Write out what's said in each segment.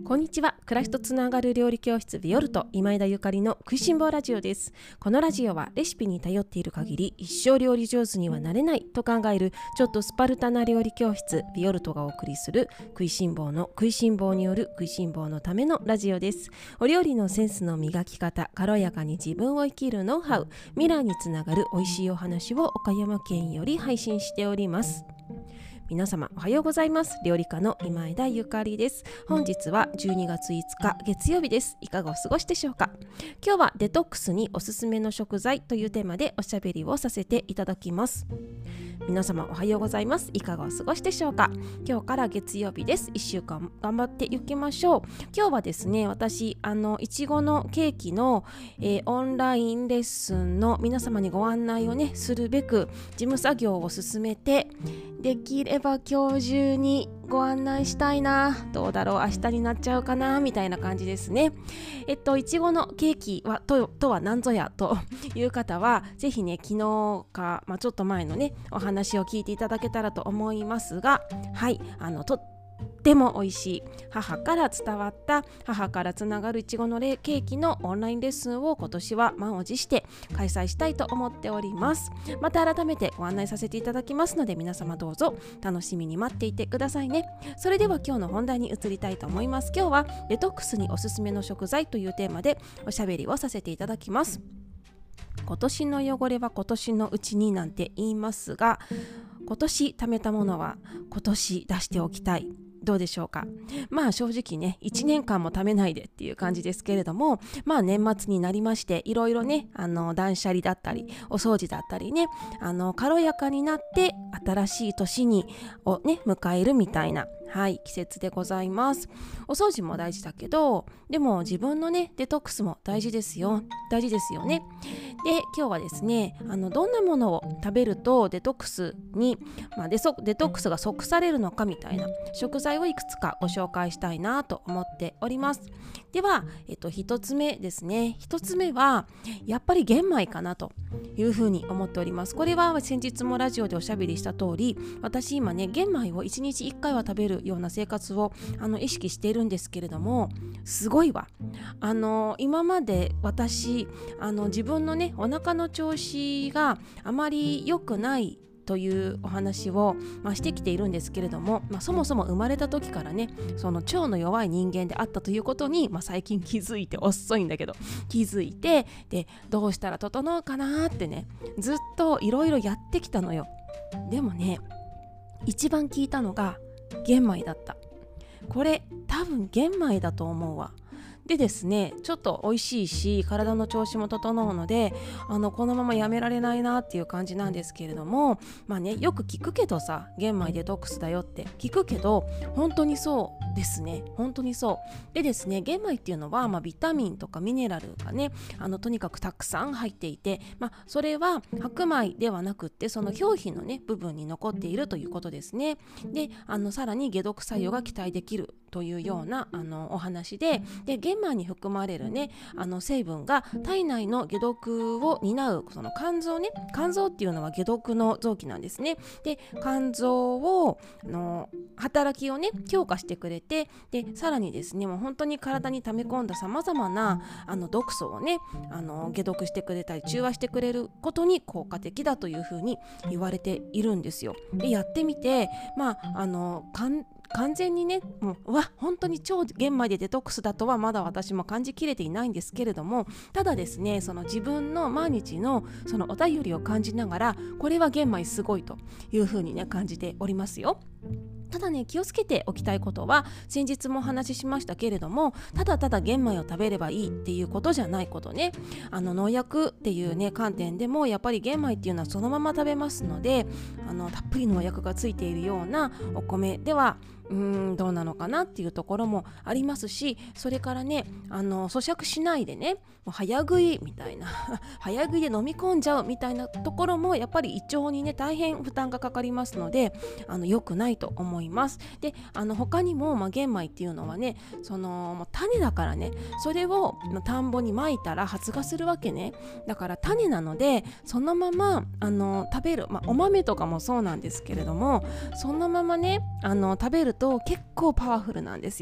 こんにちは。暮らしとつながる料理教室ビオルト今枝ゆかりの食いしん坊ラジオです。このラジオはレシピに頼っている限り一生料理上手にはなれないと考えるちょっとスパルタな料理教室ビオルトがお送りする食いしん坊の食いしん坊による食いしん坊のためのラジオです。お料理のセンスの磨き方、軽やかに自分を生きるノウハウ、未来につながる美味しいお話を岡山県より配信しております。皆様おはようございます。料理家の今枝ゆかりです。本日は12月5日月曜日です。いかがお過ごしでしょうか。今日はデトックスにおすすめの食材というテーマでおしゃべりをさせていただきます。皆様おはようございます。いかがお過ごしでしょうか。今日から月曜日です。1週間頑張っていきましょう。今日はですね、私いちごのケーキの、オンラインレッスンの皆様にご案内をねするべく事務作業を進めて、できれば今日中にご案内したいな。どうだろう、明日になっちゃうかなみたいな感じですね。いちごのケーキはとは何ぞやという方はぜひね、昨日か、ちょっと前のねお話を聞いていただけたらと思いますが、はい、とっても美味しい母から伝わった母からつながるいちごのケーキのオンラインレッスンを今年は満を持して開催したいと思っております。また改めてご案内させていただきますので、皆様どうぞ楽しみに待っていてくださいね。それでは今日の本題に移りたいと思います。今日はデトックスにおすすめの食材というテーマでおしゃべりをさせていただきます。今年の汚れは今年のうちになんて言いますが、今年貯めたものは今年出しておきたい。どうでしょうか。正直ね、1年間も貯めないでっていう感じですけれども、年末になりましていろいろね、断捨離だったりお掃除だったりね、軽やかになって新しい年をね迎えるみたいな、季節でございます。お掃除も大事だけど、でも自分のねデトックスも大事ですよね。で、今日はですね、どんなものを食べるとデトックスに、デトックスが即されるのかみたいな食材をいくつかご紹介したいなと思っております。では、一つ目ですね。一つ目はやっぱり玄米かなというふうに思っております。これは先日もラジオでおしゃべりした通り、私今ね玄米を1日1回は食べるような生活を意識しているんですけれども、すごいわ。今まで私自分のねお腹の調子があまり良くないというお話を、してきているんですけれども、そもそも生まれた時からねその腸の弱い人間であったということに、最近気づいて、遅いんだけど気づいて、でどうしたら整うかなってねずっといろいろやってきたのよ。でもね、一番効いたのが玄米だった。これ多分玄米だと思うわ。でですね、ちょっと美味しいし体の調子も整うのでこのままやめられないなっていう感じなんですけれども、よく聞くけどさ、玄米デトックスだよって聞くけど、本当にそうですね。本当にそうでですね、玄米っていうのは、ビタミンとかミネラルがねとにかくたくさん入っていて、それは白米ではなくってその表皮のね部分に残っているということですね。でさらに解毒作用が期待できるというようなお話で、玄米に含まれるね成分が体内の解毒を担うその肝臓ね、肝臓っていうのは解毒の臓器なんですね。で肝臓を働きをね強化してくれて、でさらにですね、もう本当に体に溜め込んださまざまな毒素をね解毒してくれたり中和してくれることに効果的だというふうに言われているんですよ。でやってみて完全にねもう本当に超玄米でデトックスだとはまだ私も感じきれていないんですけれども、ただですね、その自分の毎日のそのお便りを感じながら、これは玄米すごいというふうにね感じておりますよ。ただね、気をつけておきたいことは、先日もお話ししましたけれども、ただただ玄米を食べればいいっていうことじゃないことね。農薬っていうね観点でもやっぱり玄米っていうのはそのまま食べますので、たっぷり農薬がついているようなお米ではどうなのかなっていうところもありますし、それからね咀嚼しないでねもう早食いみたいな早食いで飲み込んじゃうみたいなところもやっぱり胃腸にね大変負担がかかりますので良くないと思います。で他にも、玄米っていうのはねもう種だからね、それを田んぼにまいたら発芽するわけね。だから種なのでそのまま食べる、お豆とかもそうなんですけれども、そのままね食べると結構パワフルなんですよ。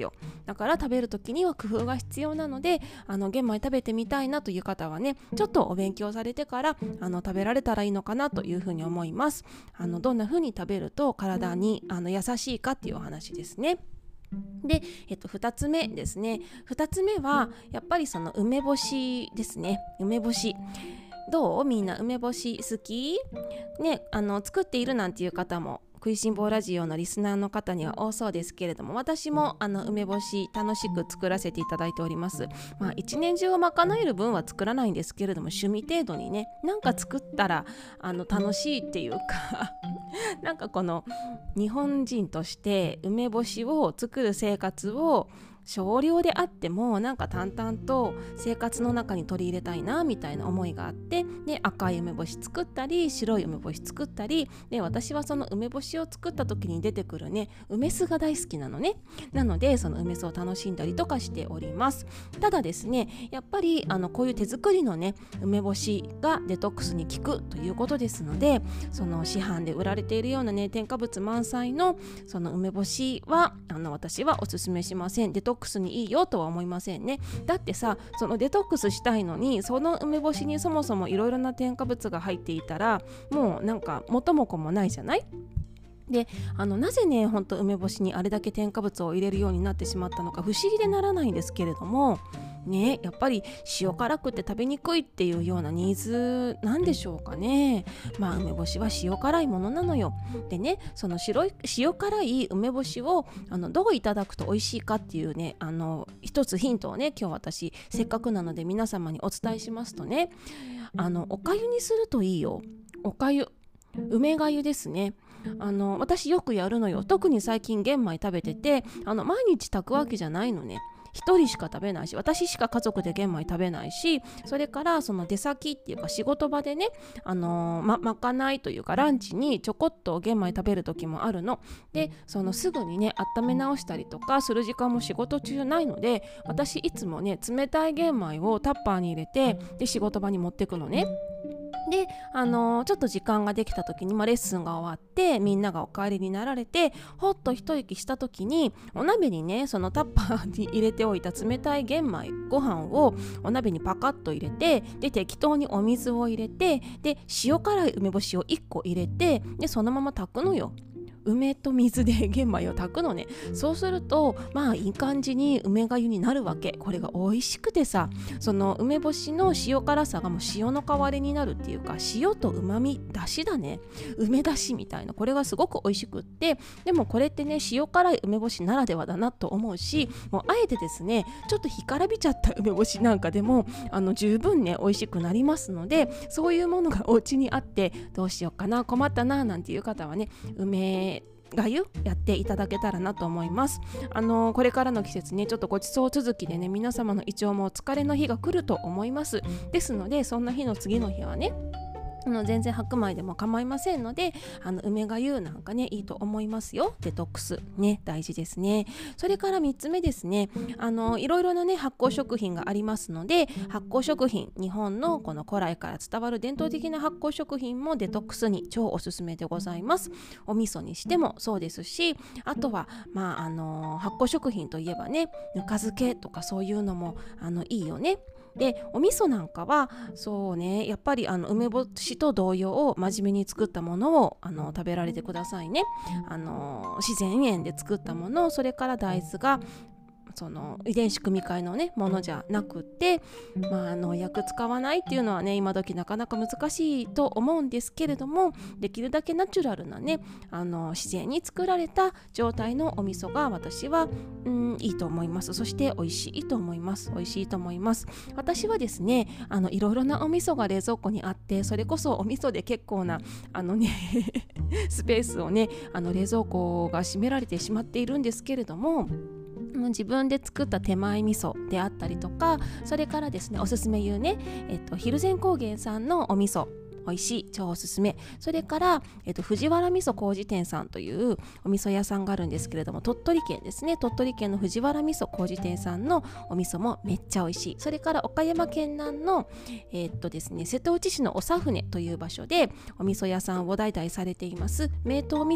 だから食べる時には工夫が必要なので、玄米食べてみたいなという方はね、ちょっとお勉強されてから食べられたらいいのかなというふうに思います。どんなふうに食べると体に優しいかっていうお話ですね。で、2つ目ですね。2つ目はやっぱりその梅干しですね。梅干しどう？みんな梅干し好き？ね、作っているなんていう方も食いしん坊ラジオのリスナーの方には多そうですけれども、私も梅干し楽しく作らせていただいております。一年中を賄える分は作らないんですけれども、趣味程度にね、なんか作ったら楽しいっていうかなんかこの日本人として梅干しを作る生活を少量であってもなんか淡々と生活の中に取り入れたいなみたいな思いがあって、で赤い梅干し作ったり白い梅干し作ったりで、私はその梅干しを作った時に出てくるね梅酢が大好きなのね。なのでその梅酢を楽しんだりとかしております。ただですね、やっぱりこういう手作りのね梅干しがデトックスに効くということですので、その市販で売られているようなね添加物満載のその梅干しは私はおすすめしません。デトックスにいいよとは思いませんね。だってさ、そのデトックスしたいのにその梅干しにそもそもいろいろな添加物が入っていたらもうなんか元も子もないじゃない。でなぜねほんと梅干しにあれだけ添加物を入れるようになってしまったのか不思議でならないんですけれどもね、やっぱり塩辛くて食べにくいっていうようなニーズなんでしょうかね。梅干しは塩辛いものなのよ。でね、その塩辛い梅干しをどういただくと美味しいかっていうね一つヒントをね今日私せっかくなので皆様にお伝えしますとね、おかゆにするといいよ。おかゆ、梅がゆですね。私よくやるのよ。特に最近玄米食べてて毎日炊くわけじゃないのね。一人しか食べないし、私しか家族で玄米食べないし、それからその出先っていうか仕事場でねまかないというかランチにちょこっと玄米食べる時もあるので、そのすぐにね温め直したりとかする時間も仕事中ないので、私いつもね冷たい玄米をタッパーに入れてで仕事場に持ってくのね。でちょっと時間ができた時に、レッスンが終わってみんながお帰りになられてほっと一息した時にお鍋にねそのタッパーに入れておいた冷たい玄米ご飯をお鍋にパカッと入れて、で適当にお水を入れて、で塩辛い梅干しを1個入れて、でそのまま炊くのよ。梅と水で玄米を炊くのね。そうするといい感じに梅がゆになるわけ。これが美味しくてさ、その梅干しの塩辛さがもう塩の代わりになるっていうか、塩と旨味だしだね、梅だしみたいな、これがすごく美味しくって、でもこれってね塩辛い梅干しならではだなと思うし、もうあえてですねちょっと干からびちゃった梅干しなんかでも十分ね美味しくなりますので、そういうものがお家にあってどうしようかな困ったななんていう方はね梅がゆやっていただけたらなと思います。これからの季節ねちょっとごちそう続きでね皆様の胃腸もお疲れの日が来ると思います。ですのでそんな日の次の日はね全然白米でも構いませんので梅がゆなんかねいいと思いますよ。デトックスね大事ですね。それから3つ目ですね、いろいろなね発酵食品がありますので、発酵食品、日本のこの古来から伝わる伝統的な発酵食品もデトックスに超おすすめでございます。お味噌にしてもそうですし、あとは発酵食品といえばねぬか漬けとかそういうのもいいよね。でお味噌なんかはそうねやっぱり梅干しと同様真面目に作ったものを食べられてくださいね。自然塩で作ったもの、それから大豆がその遺伝子組み換えのねものじゃなくて、農薬使わないっていうのはね今時なかなか難しいと思うんですけれども、できるだけナチュラルなね自然に作られた状態のお味噌が私はいいと思います。そして美味しいと思います。美味しいと思います。私はですねいろいろなお味噌が冷蔵庫にあって、それこそお味噌で結構なスペースをね冷蔵庫が占められてしまっているんですけれども、自分で作った手前味噌であったりとか、それからですねおすすめ言うね、蒜山高原さんのお味噌美味しい、超おすすめ。それから、藤原味噌麹店さんというお味噌屋さんがあるんですけれども、鳥取県ですね、鳥取県の藤原味噌麹店さんのお味噌もめっちゃ美味しい。それから岡山県南の、ですね、瀬戸内市の長船という場所でお味噌屋さんを代々されています名東味噌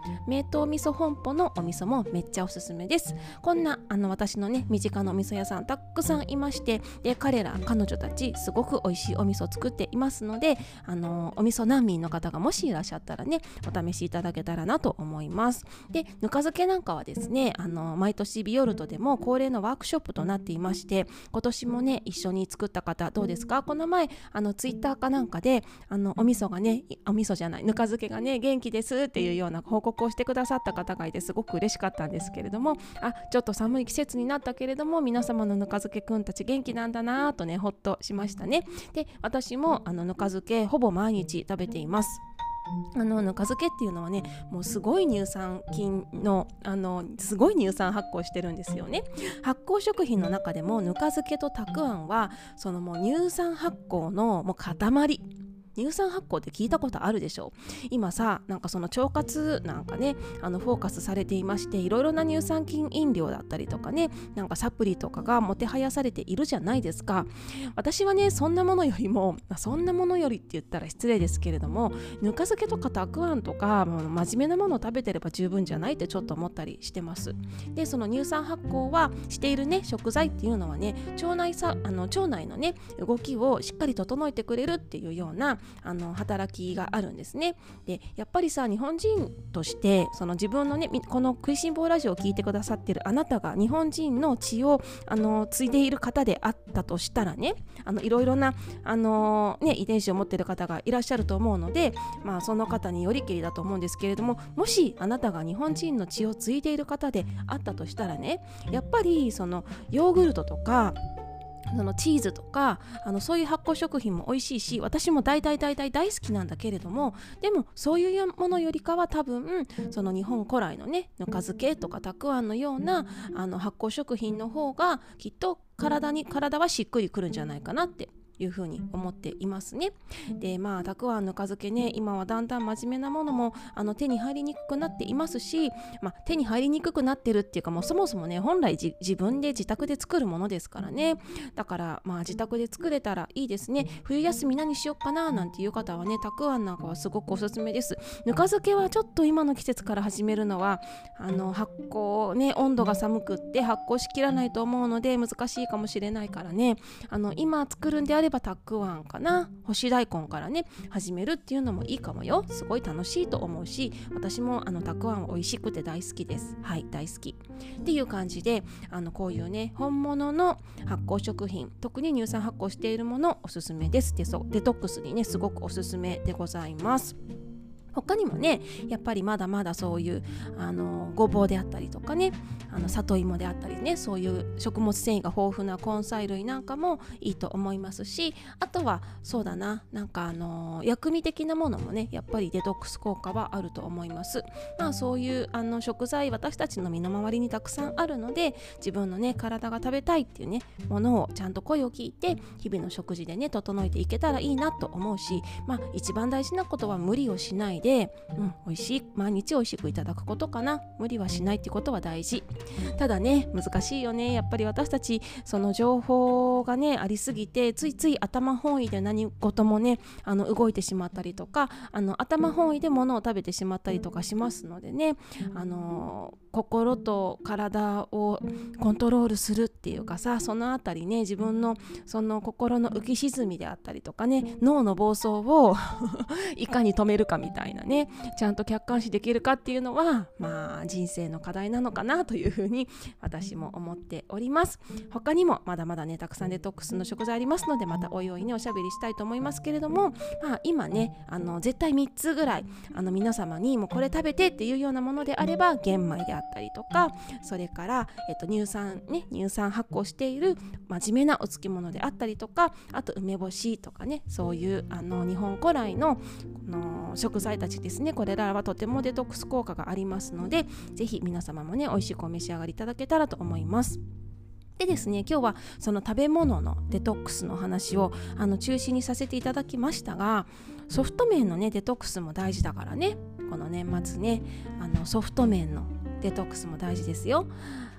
名東味噌本舗のお味噌もめっちゃおすすめです。こんな私のね身近なお味噌屋さんたくさんいまして、で彼女たちすごく美味しいお味噌を作っていますので、お味噌難民の方がもしいらっしゃったらねお試しいただけたらなと思います。でぬか漬けなんかはですね毎年ビオルトでも恒例のワークショップとなっていまして、今年もね一緒に作った方どうですか。この前ツイッターかなんかでお味噌がねお味噌じゃないぬか漬けがね元気ですっていうような報告をしてくださった方がいて、すごく嬉しかったんですけれども、ちょっと寒い季節になったけれども皆様のぬか漬けくんたち元気なんだなとねほっとしましたね。で私もぬか漬けほぼ毎日食べています。ぬか漬けっていうのはねもうすごい乳酸菌のすごい乳酸発酵してるんですよね。発酵食品の中でもぬか漬けとたくあんはそのもう乳酸発酵のもう塊。乳酸発酵って聞いたことあるでしょう。今さなんかその腸活なんかねフォーカスされていまして、いろいろな乳酸菌飲料だったりとかねなんかサプリとかがもてはやされているじゃないですか。私はねそんなものよりって言ったら失礼ですけれども、ぬか漬けとかたくあんとか真面目なものを食べてれば十分じゃないってちょっと思ったりしてます。でその乳酸発酵はしているね食材っていうのはね腸内のね動きをしっかり整えてくれるっていうような働きがあるんですね。でやっぱりさ日本人としてその自分のねこの食いしん坊ラジオを聞いてくださっているあなたが日本人の血を継いでいる方であったとしたらねいろいろな遺伝子を持っている方がいらっしゃると思うので、その方によりけりだと思うんですけれども、もしあなたが日本人の血を継いでいる方であったとしたらね、やっぱりそのヨーグルトとかチーズとかそういう発酵食品も美味しいし、私も大好きなんだけれども、でもそういうものよりかは多分その日本古来のねぬか漬けとかたくあんのような発酵食品の方がきっと体はしっくりくるんじゃないかなっていうふうに思っていますね。でたくあんぬか漬けね今はだんだん真面目なものも手に入りにくくなっていますし、手に入りにくくなってるっていうかもうそもそもね本来自分で自宅で作るものですからね。だから自宅で作れたらいいですね。冬休み何しよっかななんていう方はねたくあんなんかはすごくおすすめです。ぬか漬けはちょっと今の季節から始めるのは発酵ね温度が寒くって発酵しきらないと思うので難しいかもしれないからね、今作るんであればたくあんかな干し大根からね始めるっていうのもいいかもよ。すごい楽しいと思うし、私もたくあん美味しくて大好きです。はい、大好きっていう感じでこういうね本物の発酵食品、特に乳酸発酵しているものおすすめです。デトックスにねすごくおすすめでございます。他にもねやっぱりまだまだそういうごぼうであったりとかね里芋であったりね、そういう食物繊維が豊富な根菜類なんかもいいと思いますし、あとはそうだななんか薬味的なものもねやっぱりデトックス効果はあると思います。そういう食材私たちの身の回りにたくさんあるので、自分のね体が食べたいっていうねものをちゃんと声を聞いて日々の食事でね整えていけたらいいなと思うし、一番大事なことは無理をしないで、毎日美味しくいただくことかな。無理はしないってことは大事。ただね難しいよね。やっぱり私たちその情報がねありすぎてついつい頭本位で何事もね動いてしまったりとか頭本位で物を食べてしまったりとかしますのでね、心と体をコントロールするっていうかさ、そのあたりね自分のその心の浮き沈みであったりとかね脳の暴走をいかに止めるかみたいなね、ちゃんと客観視できるかっていうのは人生の課題なのかなというふうに私も思っております。他にもまだまだねたくさんデトックスの食材ありますので、またおいおいねおしゃべりしたいと思いますけれども、今ね絶対3つぐらい皆様にもうこれ食べてっていうようなものであれば玄米であったりとか、それから、乳酸発酵している真面目なお漬物であったりとか、あと梅干しとかね、そういう日本古来の食材たちですね。これらはとてもデトックス効果がありますので、ぜひ皆様もね美味しくお召し上がりいただけたらと思います。でですね、今日はその食べ物のデトックスの話を中心にさせていただきましたが、ソフト麺のねデトックスも大事だからね、この年末ねソフト麺のデトックスも大事ですよ。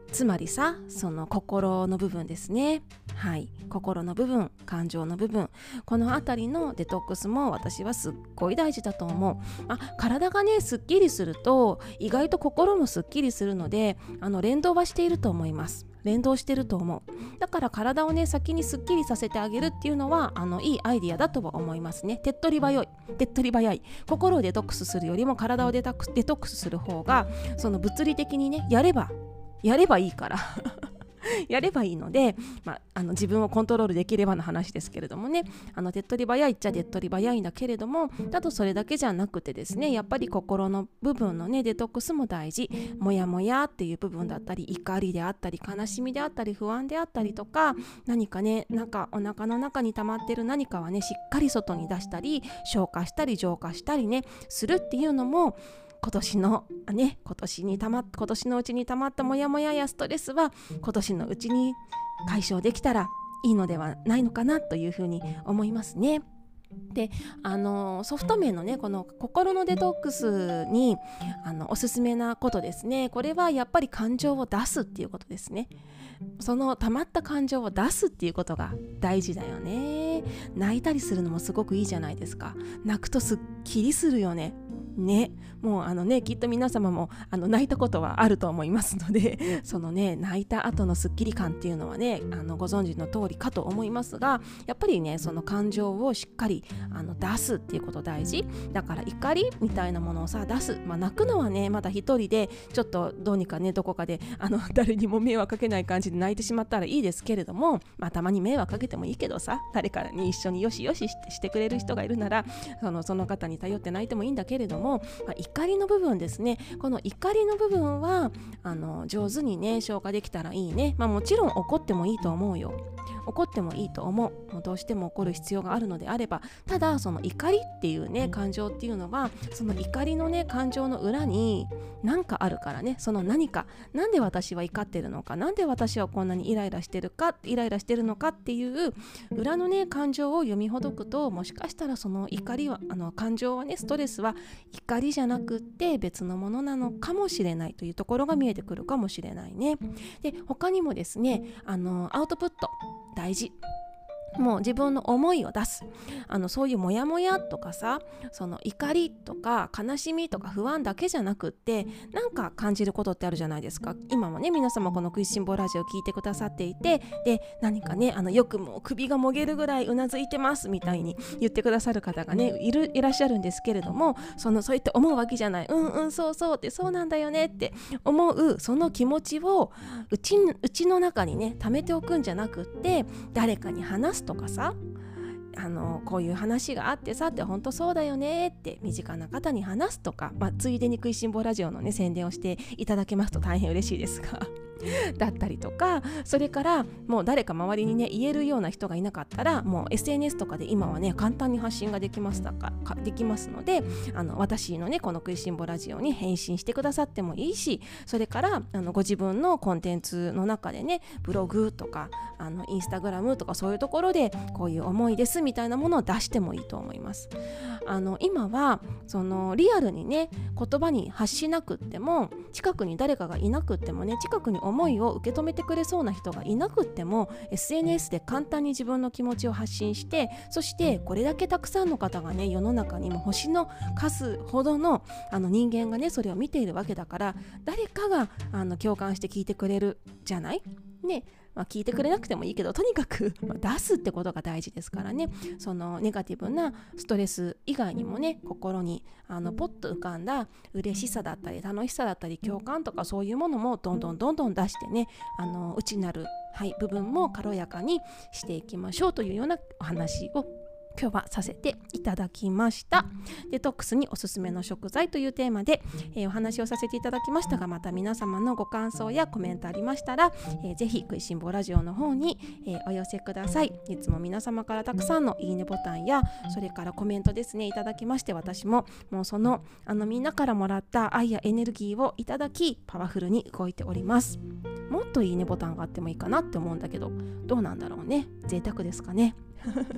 つまりさ、その心の部分ですね。はい、心の部分、感情の部分、このあたりのデトックスも私はすっごい大事だと思う。体がねすっきりすると意外と心もすっきりするので、連動はしていると思います。連動してると思う。だから体をね先にすっきりさせてあげるっていうのはいいアイディアだとは思いますね。手っ取り早い。心をデトックスするよりも体をデトックスする方が、その物理的にねやればいいからやればいいので、自分をコントロールできればの話ですけれどもね、手っ取り早いっちゃ手っ取り早いんだけれども、だとそれだけじゃなくてですね、やっぱり心の部分のねデトックスも大事。もやもやっていう部分だったり、怒りであったり、悲しみであったり、不安であったりとか、何かね、なんかお腹の中に溜まってる何かはねしっかり外に出したり、消化したり浄化したりねするっていうのも、今年のうちに溜まったモヤモヤやストレスは今年のうちに解消できたらいいのではないのかなというふうに思いますね。で、ソフト面のねこの心のデトックスにおすすめなことですね。これはやっぱり感情を出すっていうことですね。その溜まった感情を出すっていうことが大事だよね。泣いたりするのもすごくいいじゃないですか。泣くとすっきりするよね。もうきっと皆様も泣いたことはあると思いますのでそのね泣いた後のすっきり感っていうのはねご存知の通りかと思いますが、やっぱりねその感情をしっかり出すっていうこと大事だから、怒りみたいなものをさ出す、泣くのはねまだ一人でちょっとどうにかねどこかで誰にも迷惑かけない感じで泣いてしまったらいいですけれども、たまに迷惑かけてもいいけどさ、誰かに一緒によしよししてくれる人がいるならその方に頼って泣いてもいいんだけれども、怒りの部分ですね。この怒りの部分は上手にね消化できたらいいね。もちろん怒ってもいいと思うよ。怒ってもいいと思う。もうどうしても怒る必要があるのであれば、ただその怒りっていうね感情っていうのは、その怒りのね感情の裏に何かあるからね。その何か、なんで私は怒ってるのか、なんで私はこんなにイライラしてるのかっていう裏のね感情を読みほどくと、もしかしたらその怒りは感情はね、ストレスは怒りじゃなくって別のものなのかもしれないというところが見えてくるかもしれないね。で、他にもですねアウトプット大事。もう自分の思いを出す。そういうモヤモヤとかさ、その怒りとか悲しみとか不安だけじゃなくって、なんか感じることってあるじゃないですか。今もね皆様この食いしん坊ラジオ聞いてくださっていて、で何かねよくもう首がもげるぐらいうなずいてますみたいに言ってくださる方がねいらっしゃるんですけれども、そうやって思うわけじゃない。そうってそうなんだよねって思うその気持ちをうちの中にね溜めておくんじゃなくって、誰かに話すとかさ、こういう話があってさって本当そうだよねって身近な方に話すとか、ついでに食いしん坊ラジオのね宣伝をしていただけますと大変嬉しいですがだったりとか、それからもう誰か周りにね言えるような人がいなかったら、もう SNS とかで今はね簡単に発信ができますので、私のねこの食いしん坊ラジオに返信してくださってもいいし、それからご自分のコンテンツの中でねブログとかインスタグラムとかそういうところでこういう思いですみたいなものを出してもいいと思います。今はそのリアルにね言葉に発しなくっても、近くに誰かがいなくってもね、近くに思いを受け止めてくれそうな人がいなくっても SNS で簡単に自分の気持ちを発信して、そしてこれだけたくさんの方がね世の中にも星の数ほどの人間がねそれを見ているわけだから、誰かが共感して聞いてくれるじゃないね。聞いてくれなくてもいいけど、とにかく出すってことが大事ですからね。そのネガティブなストレス以外にもね、心にポッと浮かんだ嬉しさだったり楽しさだったり共感とか、そういうものもどんどん出してね、内なる、部分も軽やかにしていきましょうというようなお話を今日はさせていただきました。デトックスにおすすめの食材というテーマで、お話をさせていただきましたが、また皆様のご感想やコメントありましたら、ぜひ食いしん坊ラジオの方に、お寄せください。いつも皆様からたくさんのいいねボタンや、それからコメントですねいただきまして、私ももうそのみんなからもらった愛やエネルギーをいただき、パワフルに動いております。もっといいねボタンがあってもいいかなって思うんだけど、どうなんだろうね。贅沢ですかね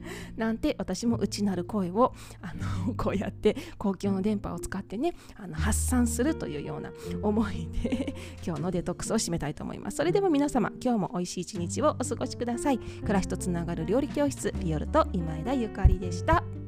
なんて私も内なる声をこうやって公共の電波を使ってね発散するというような思いで今日のデトックスを締めたいと思います。それでは皆様、今日も美味しい一日をお過ごしください。暮らしとつながる料理教室ビオルト今枝ゆかりでした。